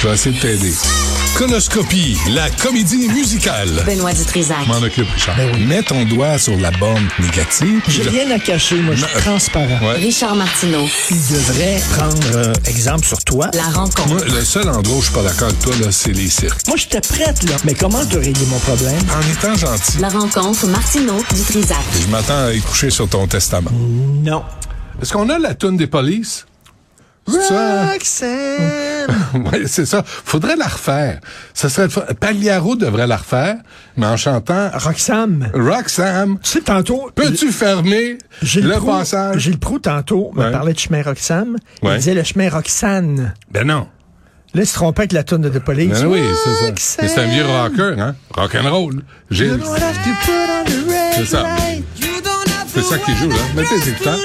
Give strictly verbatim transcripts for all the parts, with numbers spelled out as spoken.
Je vais essayer de t'aider. Conoscopie, la comédie musicale. Benoît Dutrisac. M'en occupe, Richard. Ben oui. Mets ton doigt sur la borne négative. J'ai rien à cacher, moi, je suis transparent. Ouais. Richard Martineau. Il devrait prendre euh, exemple sur toi. La rencontre. Moi, le seul endroit où je suis pas d'accord avec toi, là, c'est les cirques. Moi, j'étais prête, là. Mais comment te régler mon problème? En étant gentil. La rencontre Martineau-Dutrisac. Je m'attends à y coucher sur ton testament. Non. Est-ce qu'on a la toune des polices? C'est ça? Roxanne! Oui, c'est ça. Faudrait la refaire. Ça serait Pagliaro devrait la refaire, mais en chantant Roxane. Roxanne. Tu sais, tantôt... Peux-tu fermer Gilles le Proulx- passage? Gilles Proulx, tantôt, me Ouais. parlait de chemin Roxane. Il Ouais. disait le chemin Roxane. Ben non. Là, il se trompait avec la toune de The Police. Ben oui, c'est ça. Roxane. Mais c'est un vieux rocker, hein? Rock'n'roll. Gilles. You don't have to put on the red C'est ça. light. C'est ça qui joue, là. Mets tes écouteurs.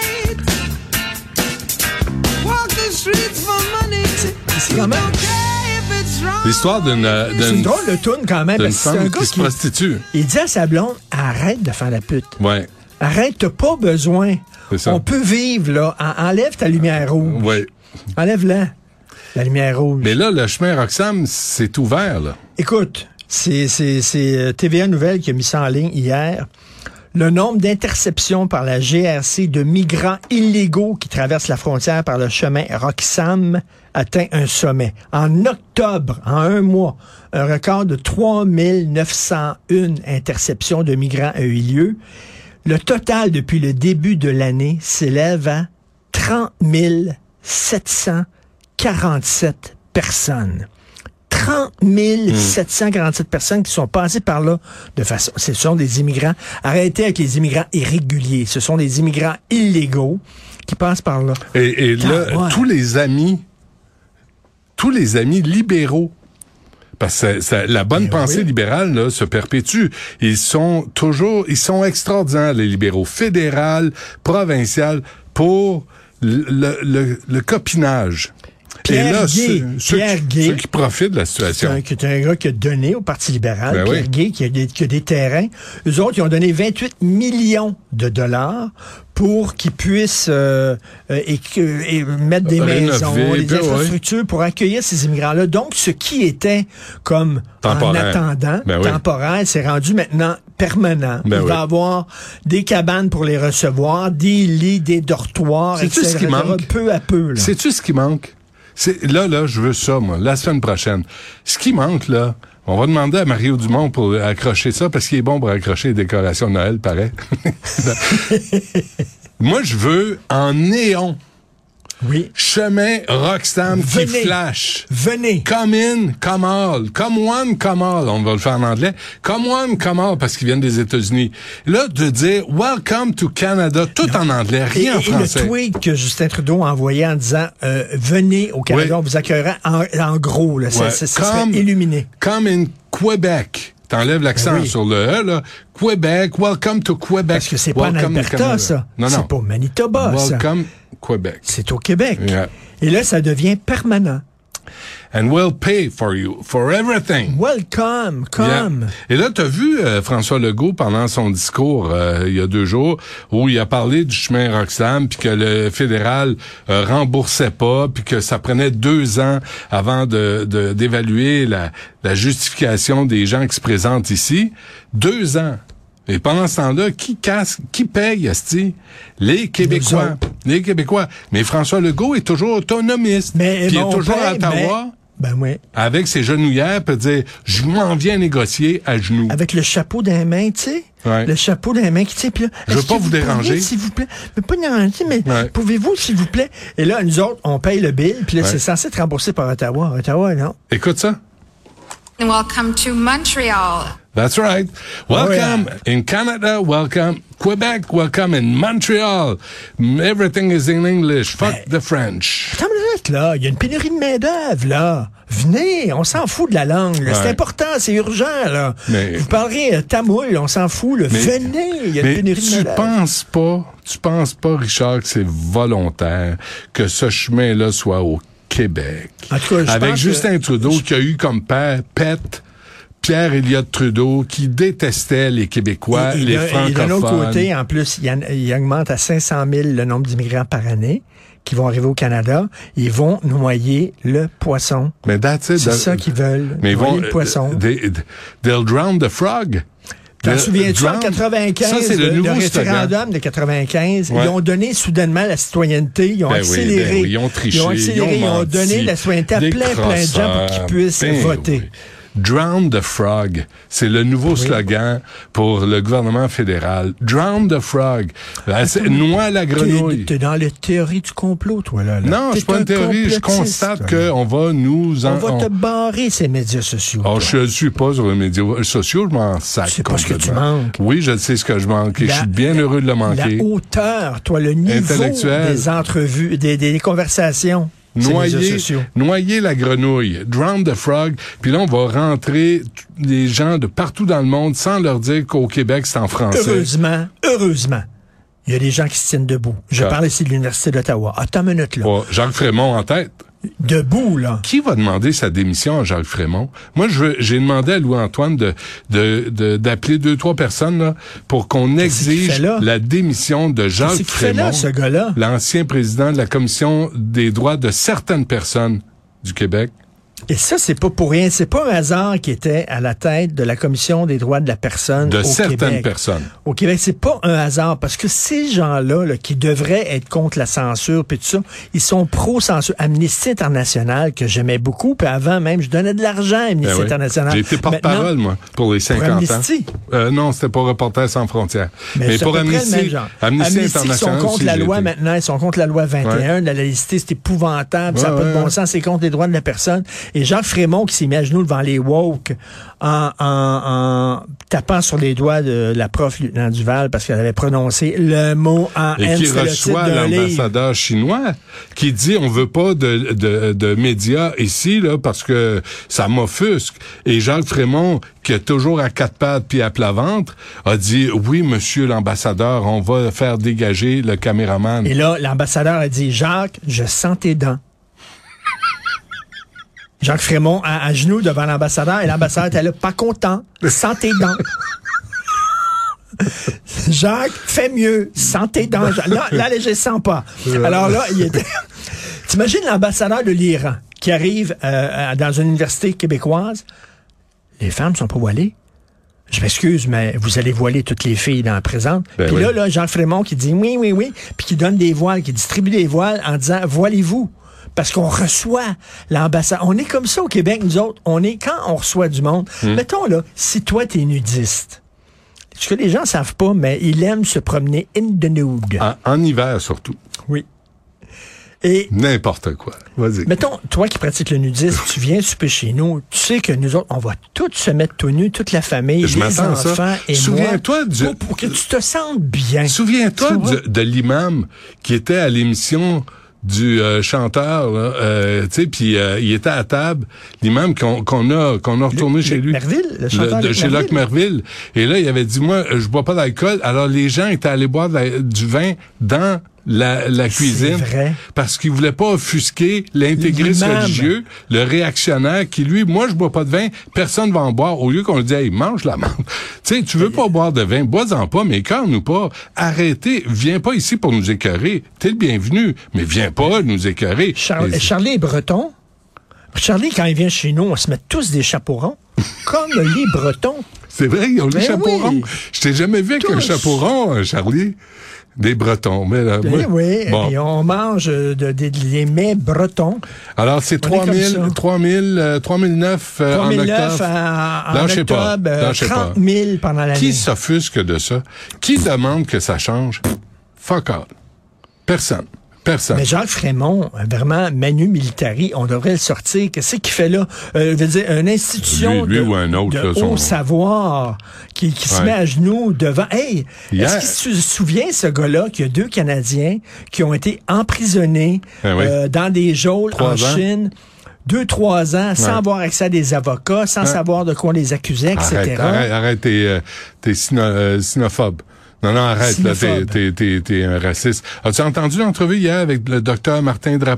C'est quand même... L'histoire d'une, euh, C'est une d'une, drôle de toune quand même. d'une Parce que c'est un femme gars qui se qui... prostitue. Il dit à sa blonde, arrête de faire la pute. Ouais. Arrête, t'as pas besoin. C'est ça. On peut vivre, là. En- enlève ta lumière rouge. Ouais. Enlève-la, la lumière rouge. Mais là, le chemin Roxham, c'est ouvert, là. Écoute, c'est, c'est, c'est euh, T V A Nouvelle qui a mis ça en ligne hier. Le nombre d'interceptions par la G R C de migrants illégaux qui traversent la frontière par le chemin Roxham atteint un sommet. En octobre, en un mois, un record de trois mille neuf cent un interceptions de migrants a eu lieu. Le total depuis le début de l'année s'élève à trente mille sept cent quarante-sept personnes. trente mille sept cent quarante-sept personnes qui sont passées par là de façon... Ce sont des immigrants. Arrêtez avec les immigrants irréguliers. Ce sont des immigrants illégaux qui passent par là. Et, et là, Ah, ouais. tous les amis, tous les amis libéraux, parce que ça- ça- la bonne Eh pensée oui. libérale là, se perpétue. Ils sont toujours, ils sont extraordinaires, les libéraux, fédéral, provincial, pour le, le, le, le copinage. Pierre Et là, Gay, ceux, ceux Pierre qui, Gay. ceux qui profitent de la C'est situation. un, qui est un gars qui a donné au Parti libéral, Ben Pierre oui. Gay, qui a, des, qui a des terrains. Eux autres, ils ont donné vingt-huit millions de dollars pour qu'ils puissent euh, euh, et, que- et mettre des Rénover, maisons, des puis, infrastructures pour accueillir ces immigrants-là. Donc, ce qui était comme Temporaire. en attendant, Ben oui. temporaire, c'est rendu maintenant permanent. Ben Il oui. va y avoir des cabanes pour les recevoir, des lits, des dortoirs, Sais-tu et cetera, ce qui manque? peu à peu. Là. Sais-tu ce qui manque? C'est, là, là, je veux ça, moi, la semaine prochaine. Ce qui manque, là, on va demander à Mario Dumont pour accrocher ça, parce qu'il est bon pour accrocher les décorations de Noël, paraît. Moi, je veux en néon. Oui. Chemin Roxham qui Venez. flash. Venez. Come in, come all. Come one, come all. On va le faire en anglais. Come one, come all, parce qu'ils viennent des États-Unis. Là, de dire Welcome to Canada, tout en anglais, rien Et, en et français. le tweet que Justin Trudeau a envoyé en disant euh, venez au Canada, Oui. on vous accueillera en, en gros, là, ça, Ouais. ça, ça serait Comme- illuminé. Comme in Québec. T'enlèves l'accent Ben oui. sur le E, là. Québec, welcome to Québec. Parce que c'est pas en Welcome to Alberta, Canada. ça. Non, non. C'est pas au Manitoba, ça. Welcome Québec. C'est au Québec. Yeah. Et là, ça devient permanent. And we'll pay for you, for everything. Welcome, come. Yeah. Et là, t'as vu euh, François Legault pendant son discours euh, il y a deux jours où il a parlé du chemin Roxham puis que le fédéral euh, remboursait pas puis que ça prenait deux ans avant de, de d'évaluer la, la justification des gens qui se présentent ici. Deux ans. Et pendant ce temps-là, qui casse, qui paye, asti? Les Québécois. autres. Les Québécois. Mais François Legault est toujours autonomiste. Mais Puis il bon, est toujours on à paye, Ottawa. mais- Ben oui. Avec ses genouillères, peut dire, je m'en viens négocier à genoux. Avec le chapeau dans les mains, tu sais. Ouais. Le chapeau dans les mains qui tient. Puis là, Je veux est-ce pas que vous déranger. pourriez, s'il vous plaît. Mais pas déranger, mais Ouais. pouvez-vous, s'il vous plaît. Et là, nous autres, on paye le bill, puis là, Ouais. c'est censé être remboursé par Ottawa. Ottawa, non. Écoute ça. Welcome to Montreal. That's right. Welcome Oh, in Canada. Welcome Quebec. Welcome in Montreal. Everything is in English. Fuck Ben, the French. Attends une minute, là. Il y a une pénurie de main-d'œuvre, là. Venez, on s'en fout de la langue. là. C'est Ouais. important, c'est urgent, là. Mais- Vous parlerez euh, tamoul, on s'en fout, là. Mais- Venez, il y a une Mais pénurie de tu main-d'œuvre. penses pas, tu penses pas, Richard, que c'est volontaire que ce chemin-là soit au Québec. En tout cas, je Avec pense Justin que- Trudeau qui a eu comme père, pet, Pierre Elliott Trudeau, qui détestait les Québécois, Et- et les d'un- et francophones. d'un autre côté, en plus, il, en- il augmente à cinq cent mille le nombre d'immigrants par année qui vont arriver au Canada, ils vont noyer le poisson. Mais that's it, c'est that, ça qu'ils veulent, mais noyer vont, le poisson. They, they'll drown the frog. T'en souviens-tu, en quatre-vinquinze, ça, c'est le, le, nouveau le référendum slogan. de quatre-vingt-quinze, ouais. Ils ont donné soudainement la citoyenneté, ils ont ben accéléré, oui, ben oui, ils ont triché, ils ont, accéléré, ils ont, ils ont menti, donné la citoyenneté à plein, plein de gens pour qu'ils puissent ben voter. Oui. Drown the frog, c'est le nouveau oui. slogan pour le gouvernement fédéral. Drown the frog, noie la grenouille. T'es, t'es dans la théorie du complot, toi, là. là. Non, c'est pas une théorie, je constate qu'on va nous... En, on va on... te barrer ces médias sociaux. Oh, je suis pas sur les médias sociaux, je m'en sac. C'est pas ce que tu manques. Oui, je sais ce que je manque et la, je suis bien heureux de le manquer. La hauteur, toi, le niveau des entrevues, des, des, des conversations. Noyer, noyer la grenouille, drown the frog, puis là, on va rentrer les gens de partout dans le monde sans leur dire qu'au Québec, c'est en français. Heureusement, heureusement, il y a des gens qui se tiennent debout. Je ah. parle ici de l'Université d'Ottawa. Attends une minute, là. Oh, Jacques Frémont en tête. Debout, là. Qui va demander sa démission à Jacques Frémont? Moi, je veux, j'ai demandé à Louis-Antoine de, de, de, d'appeler deux, trois personnes, là, pour qu'on exige la démission de Jacques Qu'est-ce qu'il Frémont. Fait là, ce gars-là? L'ancien président de la Commission des droits de certaines personnes du Québec. Et ça, c'est pas pour rien. C'est pas un hasard qui était à la tête de la Commission des droits de la personne de au certaines Québec. personnes. Au Québec, c'est pas un hasard parce que ces gens-là, là, qui devraient être contre la censure puis tout ça, ils sont pro-censure. Amnesty International, que j'aimais beaucoup, puis avant même, je donnais de l'argent à Amnesty ben oui. International. J'ai été porte-parole, Maintenant, moi, pour les cinquante pour Amnesty. ans. Euh, non, c'était pour Reporters sans frontières. Mais, Mais pour Amnesty, Amnesty, Amnesty International, ils sont contre aussi, la loi été. maintenant, ils sont contre la loi vingt et un, ouais. La laïcité, c'est épouvantable, ouais, ça n'a ouais, pas de bon ouais. sens, c'est contre les droits de la personne. Et Jacques Frémont, qui s'est mis à genoux devant les woke en, en, en tapant sur les doigts de la prof lieutenant Duval parce qu'elle avait prononcé le mot en et haine. Et qui reçoit l'ambassadeur chinois qui dit on veut pas de, de, de médias ici là parce que ça m'offusque. Et Jacques Frémont, qui est toujours à quatre pattes puis à plat ventre, a dit oui monsieur l'ambassadeur, on va faire dégager le caméraman. Et là l'ambassadeur a dit Jacques, je sens tes dents. Jacques Frémont à, à genoux devant l'ambassadeur et l'ambassadeur était là, pas content, sans tes dents. Jacques, fais mieux, sans tes dents. Là, là, je ne sens pas. Alors là, il était... T'imagines l'ambassadeur de l'Iran qui arrive euh, dans une université québécoise. Les femmes sont pas voilées. Je m'excuse, mais vous allez voiler toutes les filles dans la présente. Ben puis oui. là, là, Jacques Frémont qui dit oui, oui, oui, puis qui donne des voiles, qui distribue des voiles en disant voilez-vous. Parce qu'on reçoit l'ambassade. On est comme ça au Québec, nous autres. On est quand on reçoit du monde. Mmh. Mettons, là, si toi, t'es nudiste. Ce que les gens savent pas, mais il aime se promener in the nude. En, en hiver, surtout. Oui. Et. N'importe quoi. Vas-y. Mettons, toi qui pratiques le nudisme, tu viens souper chez nous, tu sais que nous autres, on va tous se mettre tout nus, toute la famille, Je les enfants ça. et Souviens-toi moi, du... pour, pour que tu te sentes bien. Souviens-toi du, de l'imam qui était à l'émission du euh, chanteur, là, euh, tu sais, puis euh, il était à table, l'imam qu'on, qu'on a qu'on a retourné le, chez le lui, Merville, le chanteur le, de chez Locke Merville, et là il avait dit moi je bois pas d'alcool, alors les gens étaient allés boire de la, du vin dans la, la cuisine vrai. Parce qu'il voulait pas offusquer l'intégriste religieux, le réactionnaire qui lui, moi je bois pas de vin, personne va en boire, au lieu qu'on lui dise hey, mange la menthe. Tu sais, tu veux pas boire de vin, bois-en pas, mais écœure-nous pas. Arrêtez, viens pas ici pour nous écœurer. T'es le bienvenu, mais viens pas nous écœurer. Char- mais... Charlie est breton. Charlie, quand il vient chez nous, on se met tous des chapeaux ronds, comme les Bretons. C'est vrai, ils ont des ben chapeaux oui. ronds. Je t'ai jamais vu avec tous. un chapeau rond, Charlie. Des Bretons. Mais là, ben moi, oui, bon. Et on mange de, de, de, des mets bretons. Alors, c'est trois mille, trois mille, euh, trois mille neuf euh, en octobre. En, en Lâchez octobre, pas. euh, trente mille pendant l'année. Qui s'offusque de ça? Qui demande que ça change? Fuck all. Personne. Personne. Mais Jacques Frémont, vraiment, Manu Militari, on devrait le sortir. Qu'est-ce qu'il fait là? Euh, je veux dire, une institution lui, lui de, ou un autre, de là, haut son... savoir qui, qui ouais. se met à genoux devant... Hey, Hier... est-ce qu'il se souvient, ce gars-là, qu'il y a deux Canadiens qui ont été emprisonnés eh oui. euh, dans des geôles en ans. Chine... Deux, trois ans, sans ouais. avoir accès à des avocats, sans ouais. savoir de quoi on les accusait, et cetera. Arrête, arrête, arrête t'es, euh, t'es sino, euh, sinophobe. Non, non, arrête, là, t'es, t'es, t'es, t'es un raciste. As-tu entendu l'entrevue hier avec le docteur Martin Drapeau?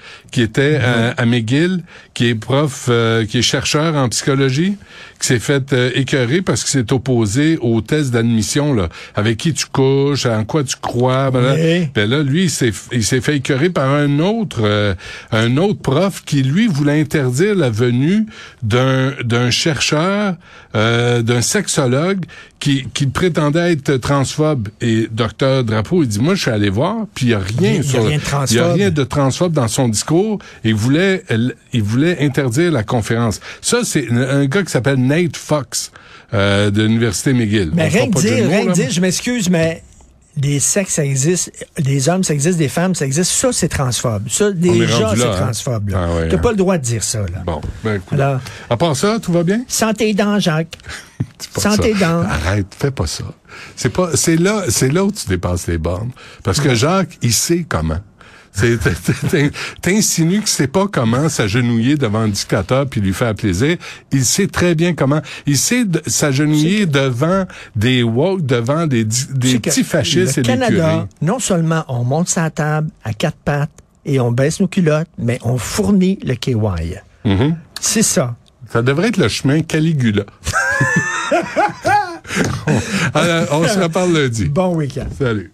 qui était à, à McGill, qui est prof, euh, qui est chercheur en psychologie, qui s'est fait euh, écœurer parce qu'il s'est opposé au test d'admission, là, avec qui tu couches, en quoi tu crois. Ben là, oui. ben là lui, il s'est, il s'est fait écœurer par un autre, euh, un autre prof qui, lui, voulait interdire la venue d'un, d'un chercheur, euh, d'un sexologue qui, qui prétendait être transphobe. Et docteur Drapeau, il dit, moi, je suis allé voir, puis il y a rien il y a sur, rien de transphobe. il y a rien de transphobe dans son discours. Et il voulait, il voulait interdire la conférence. Ça, c'est un gars qui s'appelle Nate Fox, euh, de l'Université McGill. Mais On fera rien que pas de jeu de dire, mots, rien que là. dire, je m'excuse, mais des sexes, ça existe, des hommes, ça existe, des femmes, ça existe. Ça, c'est transphobe. Ça, On est déjà, rendu c'est là, hein? transphobe. Là. Ah ouais, T'as hein? pas le droit de dire ça. Là. Bon, ben écoute. Alors, à part ça, tout va bien? santé dents, Jacques. C'est pas Santé ça. dents. Arrête, fais pas ça. C'est pas, c'est là, c'est là où tu dépasses les bornes. Parce que Jacques, il sait comment. C'est, t'insinues que c'est pas comment s'agenouiller devant un dictateur puis lui faire plaisir. Il sait très bien comment. Il sait de, s'agenouiller devant des woke, devant des, des petits fascistes et des curés. Le Canada, non seulement on monte sa table à quatre pattes et on baisse nos culottes, mais on fournit le K Y. Mm-hmm. C'est ça. Ça devrait être le chemin Caligula. on, alors, on se reparle lundi. Bon week-end. Salut.